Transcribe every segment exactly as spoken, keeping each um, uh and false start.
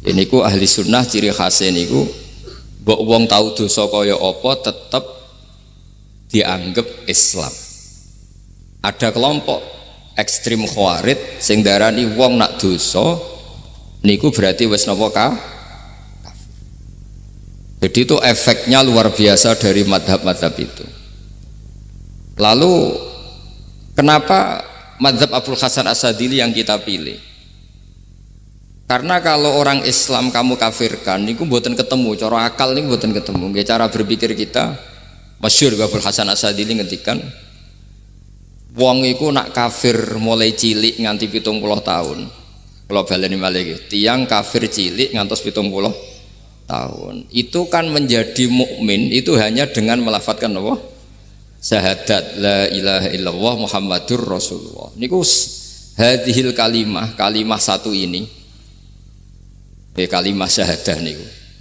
Ini ku ahli sunnah ciri khasnya niku mbok wong tau dosa kaya apa tetep dianggap Islam. Ada kelompok ekstrim khawarij sing darani wong nak dosa niku berarti wis napa ka kafir. Jadi itu efeknya luar biasa dari madhab-madhab itu. Lalu kenapa madhab Abul Hasan As-Sadili yang kita pilih? Karena kalau orang Islam kamu kafirkan niku mboten ketemu, cara akal niku mboten ketemu. Nggih cara berpikir kita masyhur Abul Hasan As-Sadili ngendikan wong iku nak kafir mulai cilik nganti pitung puluh tahun. Kalau baleni malih iki, tiyang kafir cilik ngantos pitung puluh tahun. Itu kan menjadi mukmin itu hanya dengan melafadzkan apa? Syahadat la ilaha illallah Muhammadur Rasulullah. Niku hadhil kalimah, kalimah satu ini. Eh kalimah syahadah niku.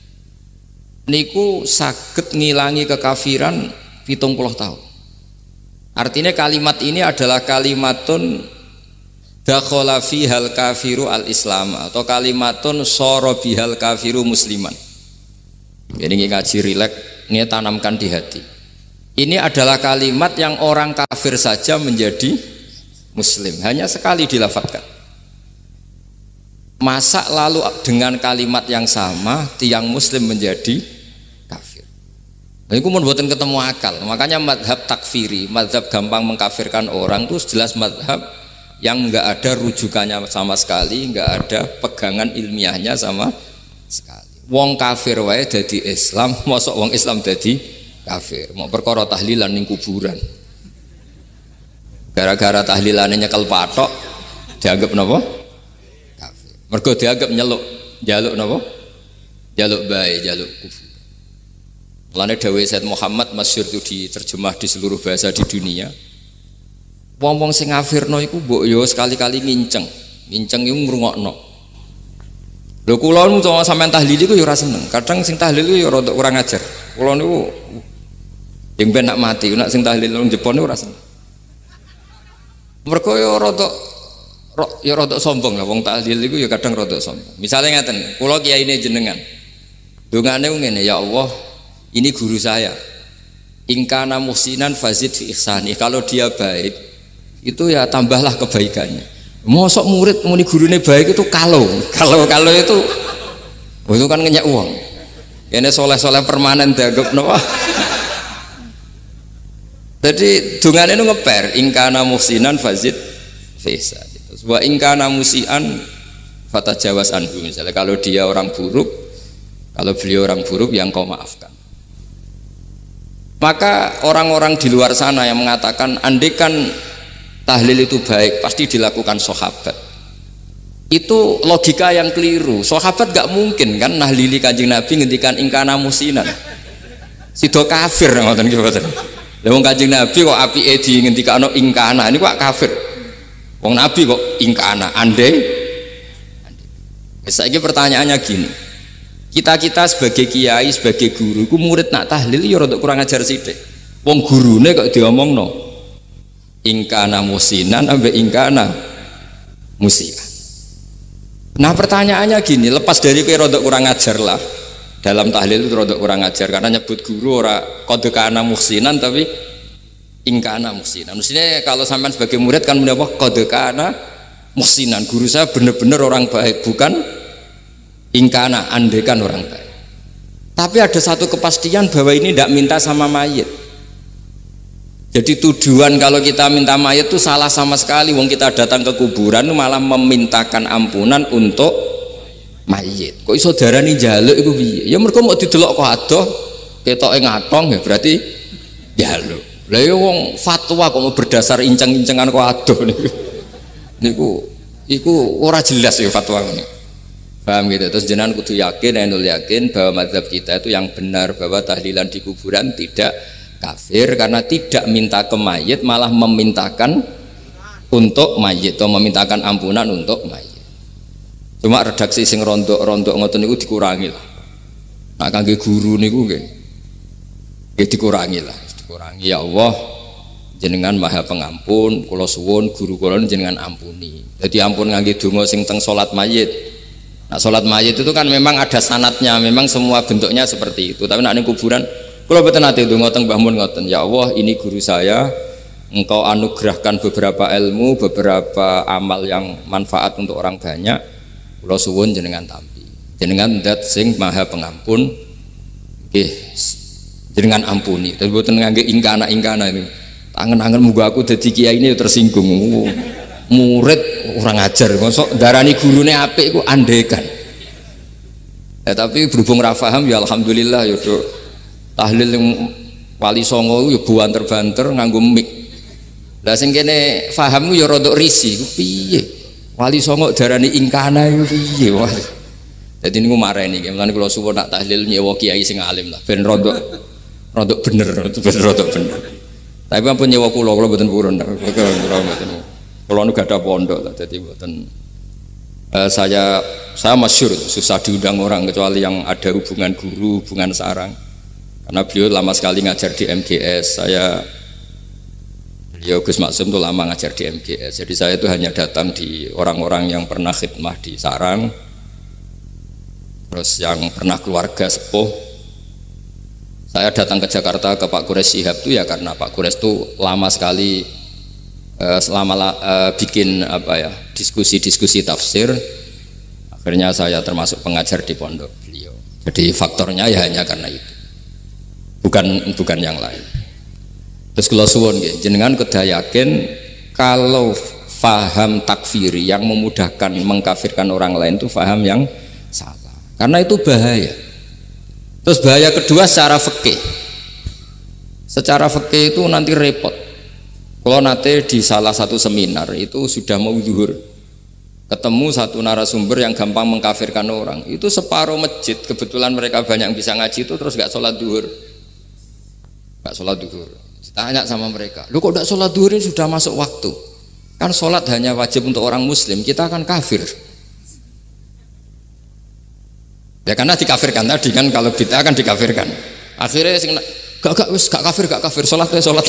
Niku saged ngilangi kekafiran pitung puluh tahun. Artinya kalimat ini adalah kalimatun dakhala fihal kafiru al-islam atau kalimatun sara bihal kafiru musliman. Jadi ngaji rileks ini tanamkan di hati. Ini adalah kalimat yang orang kafir saja menjadi muslim, hanya sekali dilafadzkan. Masa lalu dengan kalimat yang sama tiang muslim menjadi kafir. Nah, itu membuatkan ketemu akal. Makanya madhab takfiri, madhab gampang mengkafirkan orang itu jelas madhab yang enggak ada rujukannya sama sekali, enggak ada pegangan ilmiahnya sama sekali. Wong kafir wae jadi Islam, mosok wong Islam jadi kafir. Mau perkara tahlilan ning kuburan. Gara-gara tahlilannya nyekel patok dianggap napa? Mergo dianggap nyeluk, jaluk napa? Jaluk bae, jaluk kufur. Mulane dawuh Said Muhammad masyhur itu diterjemah di seluruh bahasa di dunia. Wong-wong sing ngafirno iku mbok yo sekali-kali nginceng. Nginceng iku ngrungokno. Lho kula nu sampean tahlil iku yo ora seneng. Kadang sing tahlil iku yo rada kurang ajar. Kula niku yang ben nak mati, nak sing tahlil nang Jepang niku ora seneng. Mergo yo rada ya rodok sombong lah, wong tahlil itu ya kadang rodok sombong. Misalnya ngaten, kula kiyaine jenengan, dongane ngene, ya Allah, ini guru saya. Ingkana muhsinan fazid fi ihsani. Kalau dia baik, itu ya tambahlah kebaikannya. Mosok murid muni gurune baik itu kalau, kalau kalau itu, oh itu kan ngenyak uang. Ini soleh-soleh permanen dianggap napa. Jadi dongane itu ngeper, ingkana muhsinan fazid fi ihsani. Wa ingkana musian fatajawas anhu, misalnya kalau dia orang buruk, kalau beliau orang buruk yang kau maafkan. Maka orang-orang di luar sana yang mengatakan andekan tahlil itu baik pasti dilakukan sahabat, itu logika yang keliru. Sahabat gak mungkin kan nahlili Kanjeng Nabi ngendikan ingkana musinan sido kafir ngoten nggih mboten. Lha wong Kanjeng Nabi kok apike di ngendikano ingkana ini kok kafir. Wong Nabi kok ingkana andai. Saiki pertanyaannya gini. Kita-kita sebagai kiai, sebagai guru, ku murid nak tahlil ya rada kurang ajar sithik. Wong gurune kok diomongno ingkana musinan ambek ingkana musia. Nah, pertanyaannya gini, lepas dari kowe rada kurang ajar lah. Dalam tahlil itu rada kurang ajar karena nyebut guru ora qad kana musinan tapi ingkana muhsinan. Maksudnya kalau sampean sebagai murid kan menapa qad kana muhsinan, guru saya benar-benar orang baik, bukan ingkana andekan orang baik. Tapi ada satu kepastian bahwa ini tidak minta sama mayit. Jadi tujuan kalau kita minta mayit itu salah sama sekali. Wong kita datang ke kuburan malah memintakan ampunan untuk mayit. Kok iso darani njaluk iku piye? Ya mergo mau didelok kok adoh ketoke ngatong ya berarti njaluk. Lah ya wong fatwa kok mau berdasar inceng-incengan kok adoh niku. Niku iku ora jelas ya fatwa ini. Paham gitu. Terus jenengan kudu yakin, enul yakin bahwa mazhab kita itu yang benar, bahwa tahlilan di kuburan tidak kafir karena tidak minta ke mayit, malah memintakan untuk mayit atau memintakan ampunan untuk mayit. Cuma redaksi sing rondok-rondok ngoten niku dikurangi lah. Nah kangge guru niku nggih. Nggih dikurangi lah. Kurangi, ya Allah jenengan maha pengampun, kula suwun guru kula jenengan ampuni. Jadi ampun ngangge donga sing teng salat mayit, Nah, sholat mayit itu kan memang ada sanatnya, memang semua bentuknya seperti itu. Tapi nak ning kuburan, kalau betul nanti itu ngotong bangun ngoten, ya Allah ini guru saya, engkau anugerahkan beberapa ilmu, beberapa amal yang manfaat untuk orang banyak. Kula suwun jenengan tampi, jenengan dat sing maha pengampun, eh jenengan ampuni. Tapi betul ngangge ingkana ingkana ini, tangan-tangan muga aku jadi kiai ini tersinggung. Murid orang ajar, masuk darani gurune apik ku andekan. Ya, tapi berhubung ra paham ya alhamdulillah ya do tahlil yang wali songo ya buanter-banter nganggo mik. Lah sing kene paham ku ya rada risi ku piye? Wali songo darani ingkana ku piye wah. Dadi niku mareni, mulane kula suwun nak tahlil nyewa kiai sing alim lah ben rada rada bener, ben rada bener. Tapi ampun nyewa kula kula mboten purun. Kula mboten. Kalau nu gak ada pondok, jadi buatan uh, saya saya masyhur susah diundang orang kecuali yang ada hubungan guru, hubungan sarang. Karena beliau lama sekali ngajar di M G S. Saya beliau Gus Maksum itu lama ngajar di M G S. Jadi saya itu hanya datang di orang-orang yang pernah khidmah di sarang, terus yang pernah keluarga sepuh. Saya datang ke Jakarta ke Pak Quraisy Shihab itu ya karena Pak Quraisy itu lama sekali selama uh, bikin apa ya diskusi-diskusi tafsir, akhirnya saya termasuk pengajar di pondok beliau. Jadi faktornya ya hanya karena itu, bukan bukan yang lain. Terus kalau suwon jenengan kedah yakin kalau faham takfiri yang memudahkan mengkafirkan orang lain itu faham yang salah, karena itu bahaya. Terus bahaya kedua secara fikih, secara fikih itu nanti repot. Kalau nanti di salah satu seminar itu sudah mau zuhur, ketemu satu narasumber yang gampang mengkafirkan orang, itu separuh masjid kebetulan mereka banyak yang bisa ngaji itu terus gak sholat zuhur, gak sholat zuhur. Tanya sama mereka, lu kok gak sholat zuhur ini sudah masuk waktu? Kan sholat hanya wajib untuk orang muslim, kita akan kafir. Ya karena dikafirkan tadi kan, kalau bid'ah kan dikafirkan. Akhirnya gak gak wis gak kafir gak kafir, sholat sholat.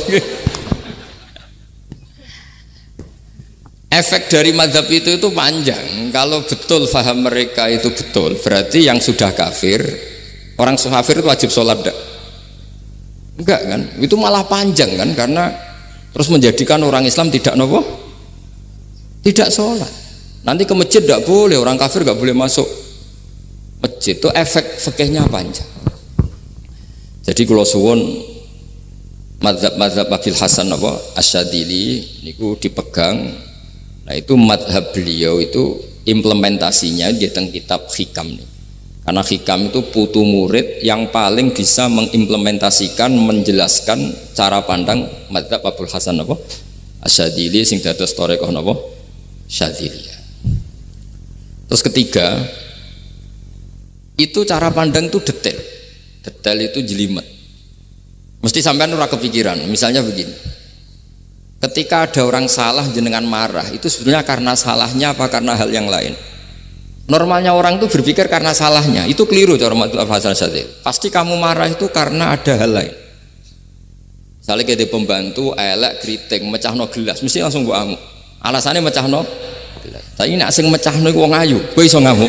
Efek dari mazhab itu itu panjang. Kalau betul faham mereka itu betul, berarti yang sudah kafir, orang kafir itu wajib sholat enggak? Enggak kan? Itu malah panjang kan, karena terus menjadikan orang Islam tidak nopo, tidak sholat. Nanti ke masjid tidak boleh, orang kafir nggak boleh masuk masjid. Itu efek fikihnya panjang. Jadi kalau suwon mazhab-mazhab Abil Hasan apa Asyadili niku dipegang. Nah itu madhab beliau itu implementasinya di teng kitab Hikam nih. Karena Hikam itu putu murid yang paling bisa mengimplementasikan, menjelaskan cara pandang madhab Abul Hasan apa Asyadili sing dados thariqah napa Syadziliyah. Terus ketiga, itu cara pandang itu detail. Detail itu jelimet. Mesti sampean ora kepikiran. Misalnya begini. Ketika ada orang salah jenengan marah, itu sebenarnya karena salahnya apa karena hal yang lain? Normalnya orang itu berpikir karena salahnya, itu keliru cara Abul Hasan Asyadzili. Pasti kamu marah itu karena ada hal lain. Misalnya kayak pembantu elek keriting mecahno gelas, mesti langsung gua amuk. Alasannya mecahno gelas. Tapi nak sing mecahno iku wong ayu, kowe iso ngamuk.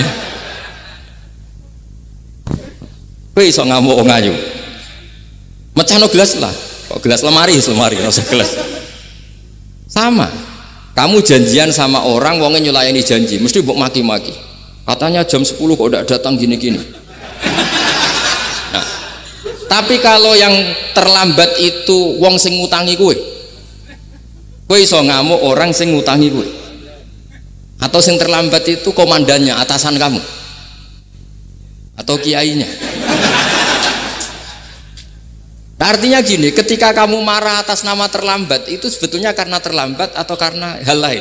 Kowe iso ngamuk wong ayu. Mecahno gelas lah. Kok gelas lemari, lemari rasa gelas. Sama, kamu janjian sama orang, wongnya nyulayani janji, mesti mbok maki-maki. Katanya jam sepuluh kok udah datang gini-gini. Nah, tapi kalau yang terlambat itu wong sing ngutangi kue, kue iso ngamuk orang sing ngutangi kue. Atau sing terlambat itu komandannya, atasan kamu, atau kiainya. Nah, artinya gini, ketika kamu marah atas nama terlambat itu sebetulnya karena terlambat atau karena hal lain.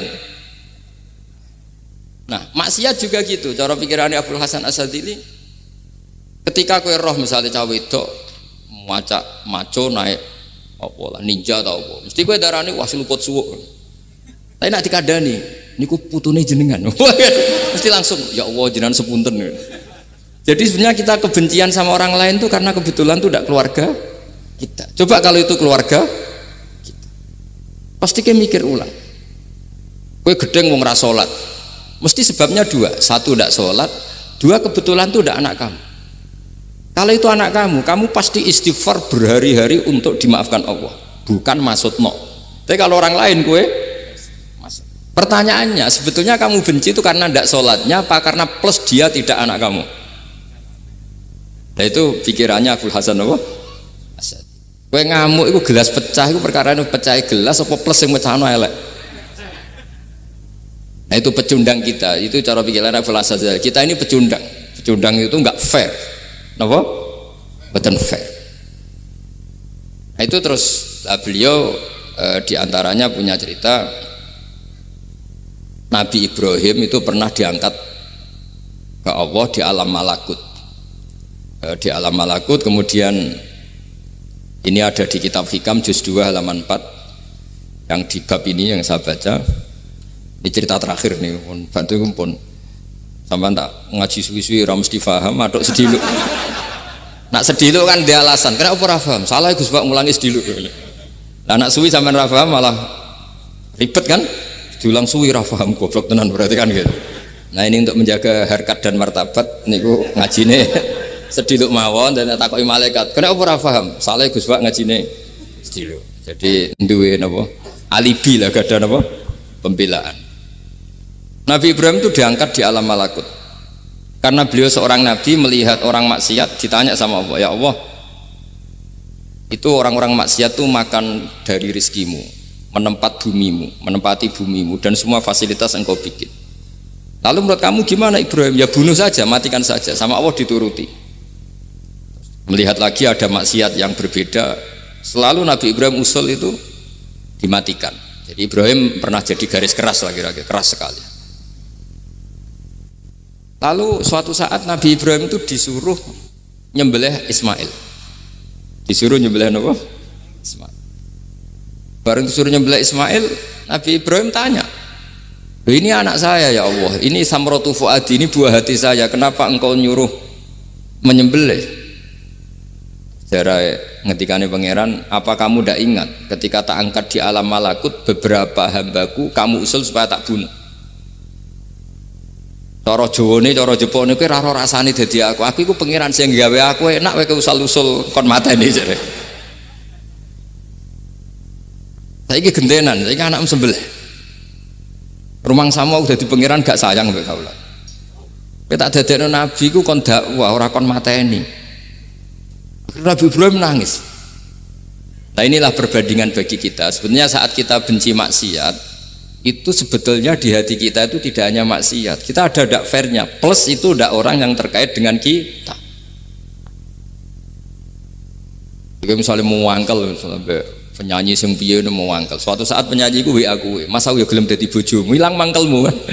Nah, maksiat juga gitu. Cara pikirannya Abul Hasan Asyadzili, ketika kue roh misalnya cawe itu macak maco naik apa lah ninja atau apa, mesti kue darani wah seluput suwuk. Tapi nak dikadani, niku putune jenengan. Mesti langsung ya Allah jenengan sepunten. Jadi sebenarnya kita kebencian sama orang lain tuh karena kebetulan tuh tidak keluarga kita. Coba kalau itu keluarga kita, pasti kayak mikir ulang. Kue gedeng wong ra salat, Mesti sebabnya dua, satu tidak sholat, dua kebetulan itu tidak anak kamu. Kalau itu anak kamu, kamu pasti istighfar berhari-hari untuk dimaafkan Allah, bukan maksud no. Tapi kalau orang lain kue, pertanyaannya sebetulnya kamu benci itu karena tidak sholatnya apa karena plus dia tidak anak kamu? Nah itu pikirannya Abul Hasan apa? Kue ngamuk itu gelas pecah itu perkara itu pecah gelas apa plus yang pecah no elek. Nah itu pecundang kita, itu cara pikiran Abul Hasan. Kita ini pecundang, pecundang itu nggak fair. Napa? Betul fair. Nah itu terus lah beliau e, diantaranya punya cerita Nabi Ibrahim itu pernah diangkat ke Allah di alam malakut. E, di alam malakut kemudian ini ada di kitab Hikam juz dua halaman empat yang di bab ini yang saya baca. Ini cerita terakhir nih, bantu kumpul. Sampai tak ngaji suwi-suwi ora mesti paham aduk sediluk. Nak sediluk kan dia alasan. Kenapa ora paham? Salah Gus Pak ngulangi sediluk. Lah nak suwi sampean ora paham malah ribet kan? Diulang suwi ora paham goblok tenan berarti kan gitu. Nah ini untuk menjaga harkat dan martabat niku ngajine sediluk mawon dan takoki malaikat. Kenapa ora paham? Salah Gus Pak ngajine sediluk. Jadi duwe napa? Alibi lah gak ada napa? Pembelaan. Nabi Ibrahim itu diangkat di alam malakut karena beliau seorang nabi melihat orang maksiat ditanya sama Allah, ya Allah itu orang-orang maksiat itu makan dari rizkimu, menempat bumimu, menempati bumimu dan semua fasilitas engkau bikin. Lalu menurut kamu gimana Ibrahim? Ya bunuh saja, matikan saja. Sama Allah dituruti. Melihat lagi ada maksiat yang berbeda, selalu Nabi Ibrahim usul itu dimatikan. Jadi Ibrahim pernah jadi garis keras lagi-lagi, keras sekali. Lalu suatu saat Nabi Ibrahim itu disuruh nyembelih Ismail. Disuruh nyembelih apa? Ismail. Bareng disuruh nyembelih Ismail, Nabi Ibrahim tanya, ini anak saya ya Allah, ini samratu fuadi, ini buah hati saya, kenapa engkau nyuruh menyembelih? Cara ngetikane pangeran, apa kamu tidak ingat ketika tak angkat di alam malakut beberapa hambaku kamu usul supaya tak bunuh? Cara Jawane, cara Jepone kowe ora ora rasane dadi aku. Aku iku pangeran sing gawe aku enak kowe usul-usul kon mateni jare. Saiki gentenan, saiki anakmu sembelih. Rumang sama udah di pangeran gak sayang mbek kaula. Kowe tak dadekno nabi ku kon dakwah ora kon mateni. Nabi Ibrahim nangis. Nah inilah perbandingan bagi kita. Sebenarnya saat kita benci maksiat itu sebetulnya di hati kita itu tidak hanya maksiat, kita ada dak fairnya, plus itu dak orang yang terkait dengan kita. Jika misalnya mau wangkel, misalnya penyanyi sing piye mau wangkel, suatu saat penyanyi ku W A ku, masa aku ya gelem dadi bojomu, ilang mangkelmu kan.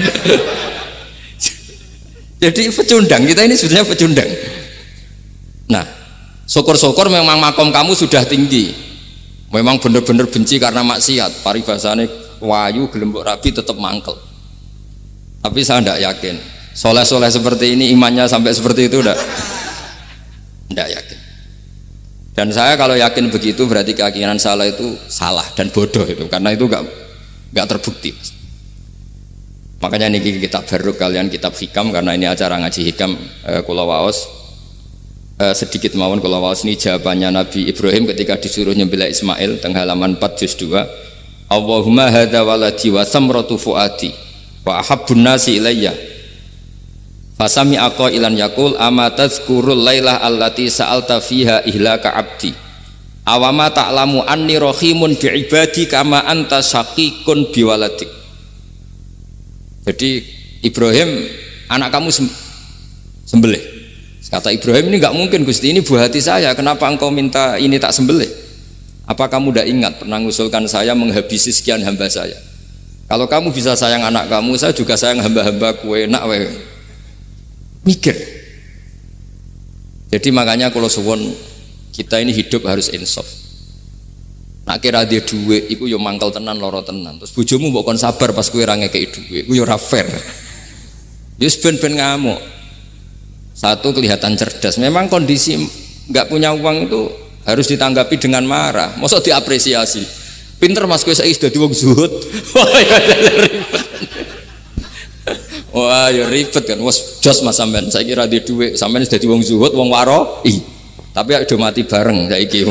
Jadi pecundang, kita ini sebenarnya pecundang. Nah, syukur-syukur memang makom kamu sudah tinggi, memang benar-benar benci karena maksiat, paribasane wayu gelembok rapi tetap mangkel. Tapi saya tidak yakin soleh-soleh seperti ini imannya sampai seperti itu tidak tidak yakin. Dan saya kalau yakin begitu berarti keyakinan salah itu salah dan bodoh itu, karena itu nggak nggak terbukti. Makanya ini kitab baru kalian kitab hikam, karena ini acara ngaji hikam eh, kula waos eh, sedikit mawon kula waos ini jawabannya Nabi Ibrahim ketika disuruh nyembelih Ismail teng halaman empat juz dua. Allahumma hadza waladi wa samratu fuadi wa ahabbun nasi ilayya fasami aqailan yaqul ama tazkurul lailah allati sa'alta fiha ihlaka abdi awama ta'lamu anni rahimun bi ibadi kama anta syaqiqun biwaladik. Jadi Ibrahim, anak kamu sembelih. Kata Ibrahim, ini enggak mungkin Gusti, ini buah hati saya, kenapa engkau minta ini tak sembelih? Apa kamu tidak ingat pernah mengusulkan saya menghabisi sekian hamba saya? Kalau kamu bisa sayang anak kamu, saya juga sayang hamba-hamba kue enak we. Mikir. Jadi makanya kalau suwon kita ini hidup harus insaf. Nak kira dia duit, iku yo mangkel tenan loro tenan. Terus bojomu mbok kon sabar pas kue ra ngekeki duit, iku yo ora fair. Yo ben-ben ngamuk. Satu kelihatan cerdas. Memang kondisi nggak punya uang itu harus ditanggapi dengan marah, masa diapresiasi. Pinter mas kowe saiki dadi wong zuhud. Wah, ya ribet kan. Wes jos Mas sampean. Saiki ra duwe dhuwit, sampean wis dadi wong zuhud, wong waro. Ih. Tapi udah mati bareng saiki.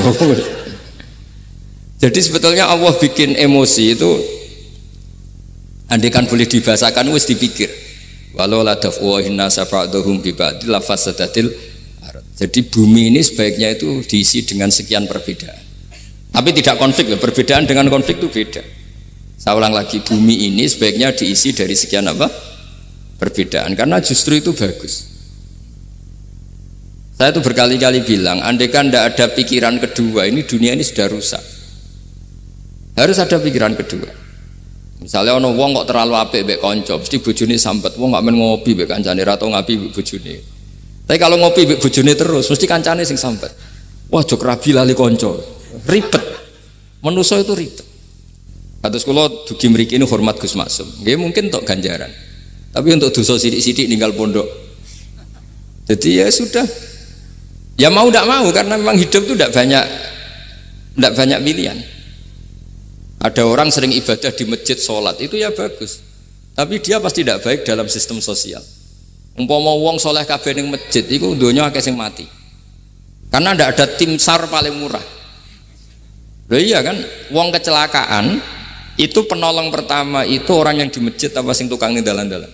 Jadi sebetulnya Allah bikin emosi itu andaikan boleh dibahasakan wis dipikir. Walau la daf'uhin nasa ba'dhum bi ba'd la fasadatil ard. Jadi bumi ini sebaiknya itu diisi dengan sekian perbedaan. Tapi tidak konflik, perbedaan dengan konflik itu beda. Saya ulang lagi, bumi ini sebaiknya diisi dari sekian apa? Perbedaan, karena justru itu bagus. Saya itu berkali-kali bilang, andaikan tidak ada pikiran kedua, ini dunia ini sudah rusak. Harus ada pikiran kedua. Misalnya ono wong kok terlalu apik mbek kanca, mesti bojone sampet. Wong gak men ngopi mbek kancane, ra tau ngapi mbek bojone. Tapi kalau ngopi mbek bojone terus, mesti kancane sing sampet. Wah, jok rabi lali kanca. Ribet, manusia itu ribet. Kados kula dugi mriki ini hormat Gus Maksum. Nggih mungkin tok ganjaran. Tapi untuk dosa sidik-sidik ninggal pondok. Jadi ya sudah. Ya mau tidak mau karena memang hidup itu tidak banyak tidak banyak pilihan. Ada orang sering ibadah di masjid sholat itu ya bagus. Tapi dia pasti tidak baik dalam sistem sosial. Umpama wong soleh kabeh ning masjid iku donya akeh sing mati. Karena tidak ada tim SAR paling murah. Loh iya kan, wong kecelakaan itu penolong pertama itu orang yang di masjid apa sing tukang ning dalan-dalan.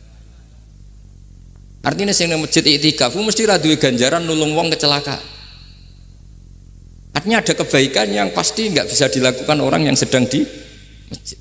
Artinya sing ning masjid iktikaf mesti ra duwe ganjaran nulung wong kecelakaan. Artinya ada kebaikan yang pasti nggak bisa dilakukan orang yang sedang di masjid.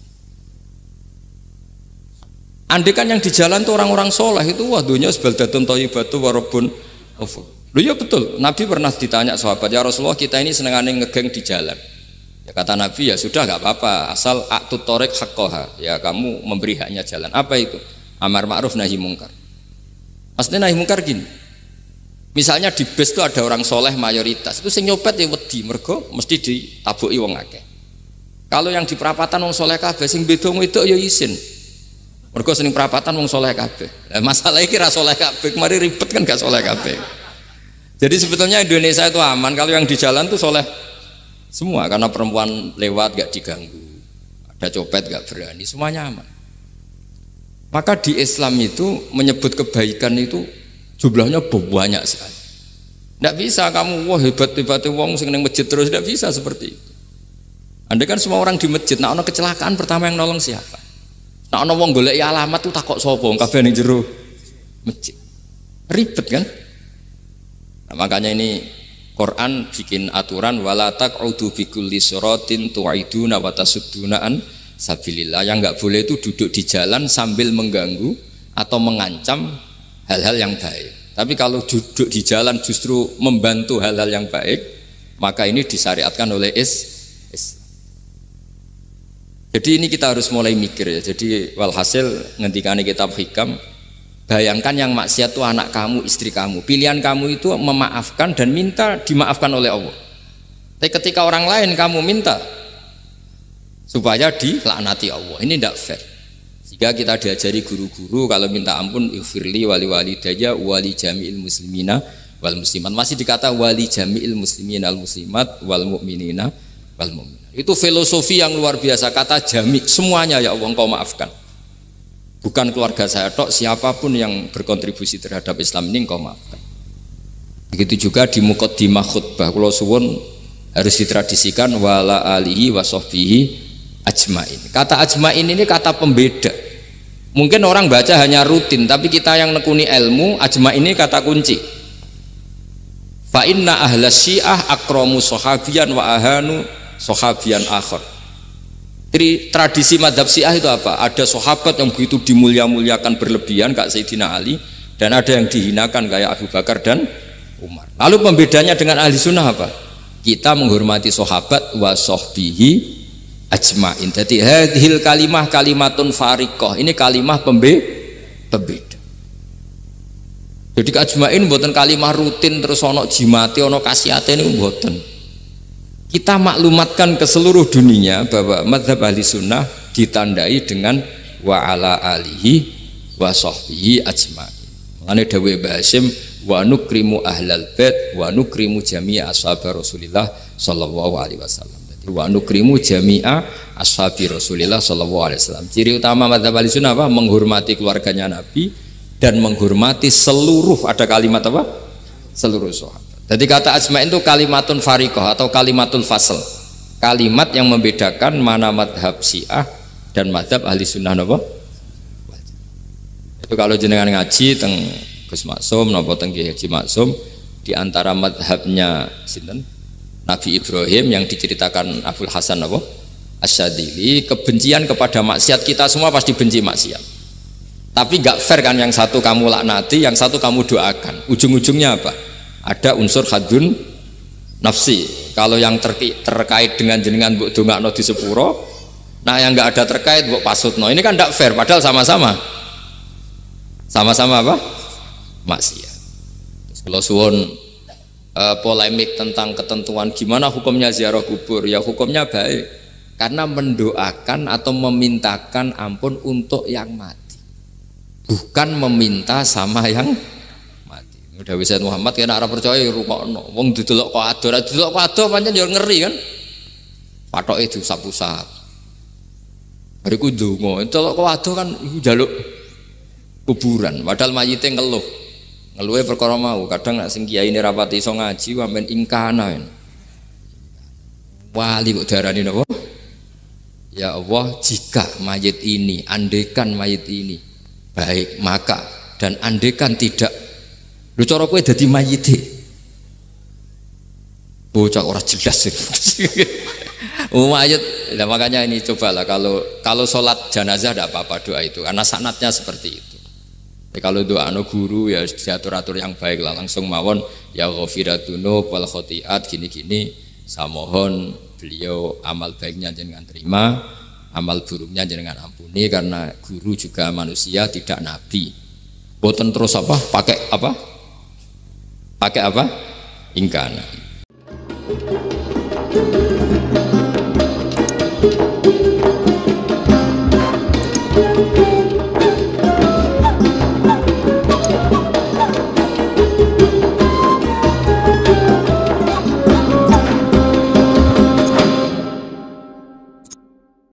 Andaikan yang di jalan tuh orang-orang soleh itu wah dunya sebaldatun thayyibatu warabun ghafur. Loh ya betul, Nabi pernah ditanya sahabat, ya Rasulullah kita ini senengane ngegeng di jalan. Ya kata Nabi, ya sudah nggak apa-apa, asal a'tut thoriq haqqaha, ya kamu memberi haknya jalan. Apa itu? Amar ma'ruf nahi mungkar. Maksudnya nahi mungkar gini, misalnya di bus itu ada orang soleh mayoritas, itu sing nyopet ya wedi, mergo mesti ditabuki wong akeh. Kalau yang di perapatan wong soleh kabeh, sing beda wedok ya isin, mergo sing perapatan wong soleh kabeh. Nah, masalah iki ra soleh kabeh, kemari ribet kan gak soleh kabeh. Jadi sebetulnya Indonesia itu aman kalau yang di jalan tuh soleh semua, karena perempuan lewat gak diganggu, ada copet gak berani, semuanya aman. Maka di Islam itu menyebut kebaikan itu jumlahnya banyak sekali. Tidak bisa kamu wah hebat-hebatnya wong sing ning masjid terus, tidak bisa seperti itu. Andai kan semua orang di masjid, nah ono kecelakaan pertama yang nolong siapa? Nah ono wong golek alamat tuh takok sapa, kabeh ning jero masjid. Ribet kan? Nah, makanya ini Quran bikin aturan wala taq'udu bikulli siratin tu'iduna wa tasudduna an sabilillah. Yang enggak boleh itu duduk di jalan sambil mengganggu atau mengancam hal-hal yang baik. Tapi kalau duduk di jalan justru membantu hal-hal yang baik, maka ini disyariatkan oleh is, is. Jadi ini kita harus mulai mikir ya. Jadi walhasil ngendikane kitab hikam, bayangkan yang maksiat itu anak kamu, istri kamu. Pilihan kamu itu memaafkan dan minta dimaafkan oleh Allah. Tapi ketika orang lain kamu minta supaya dilaknati Allah, ini tidak fair. Sehingga kita diajari guru-guru kalau minta ampun ighfirli wali walidayya wali jami'il muslimina wal muslimat. Masih dikata wali jami'il muslimina al muslimat wal mu'minina wal mu'minat. Itu filosofi yang luar biasa, kata jami, semuanya ya Allah engkau maafkan. Bukan keluarga saya tok, siapapun yang berkontribusi terhadap Islam ini engkau maafkan. Begitu juga di muqaddimah khutbah kula suwun harus ditradisikan wala alihi wa sahbihi ajmain. Kata ajmain ini kata pembeda. Mungkin orang baca hanya rutin, tapi kita yang nekuni ilmu, ajmain ini kata kunci. Fa inna ahlas syiah akramu sahabiyan wa ahanu sahabiyan akhar. Jadi tradisi madhab syiah itu apa? Ada sahabat yang begitu dimulia-muliakan berlebihan kayak Sayyidina Ali, dan ada yang dihinakan kayak Abu Bakar dan Umar. Lalu pembedanya dengan ahli sunnah apa? Kita menghormati sahabat wa sahbihi ajmain. Jadi hadhil kalimah kalimatun fariqah. Ini kalimah pembe pembeda. Jadi ajmain mboten kalimah rutin terus ono jimate ono kasiate niku mboten. Kita maklumatkan ke seluruh dunia bahwa mazhab ahli sunnah ditandai dengan wa ala alihi wa sahbihi ajmain. Makanya dawuh Mbah Hasyim wa nukrimu ahlal bait wa nukrimu jami'a ashab Rasulillah sallallahu alaihi wasallam. Wa nukrimu jami'a ashabi Rasulillah sallallahu alaihi wasallam. Ciri utama mazhab Ahlussunnah apa? Menghormati keluarganya Nabi dan menghormati seluruh, ada kalimat apa? Seluruh sahabat. Jadi kata ajma'in itu kalimatun fariqah atau kalimatul fasl. Kalimat yang membedakan mana madhab Syiah dan madhab ahli sunnah apa? Itu kalau jenengan ngaji teng Gus Maksum napa teng Kiai Haji Maksum, di antara madhabnya sinten Nabi Ibrahim yang diceritakan Abdul Hasan apa? Asyadili, kebencian kepada maksiat, kita semua pasti benci maksiat. Tapi gak fair kan, yang satu kamu laknati, yang satu kamu doakan. Ujung-ujungnya apa? Ada unsur hadun nafsi. Kalau yang terki, terkait dengan jenengan mbok dongakno di sepuro, nah yang nggak ada terkait mbok pasutno. Ini kan tidak fair, padahal sama-sama sama-sama apa? Maksiat. Kalau suwon uh, polemik tentang ketentuan gimana hukumnya ziarah kubur, ya hukumnya baik karena mendoakan atau memintakan ampun untuk yang mati, bukan meminta sama yang udah Sayyid Muhammad kena arah percaya rukokno wong didelok kok ado, ra didelok kok ado pancen yo ngeri kan. Patoke diusap-usap. Bariku ndonga, delok kok ado kan iku njaluk kuburan, padahal mayite ngeluh. Ngeluhe perkara mau, kadang nek sing kiyaine rapati iso ngaji sampean ingkana. Wali kok diarani napa? Ya Allah, jika mayit ini, andekan mayit ini baik, maka dan andekan tidak, lu cara kowe dadi mayite. Bocah ora jelas sih. Mayit, nah makanya ini cobalah kalau kalau sholat jenazah tidak apa-apa doa itu karena sanatnya seperti itu. Jadi kalau doa anu guru ya diatur-atur yang baik lah, langsung mawon ya ghafiratunu wal khotiat gini-gini. Saya mohon beliau amal baiknya jangan terima, amal buruknya jangan ampuni karena guru juga manusia tidak nabi. Boten terus apa? Pakai apa? Pakai apa? Ingkana.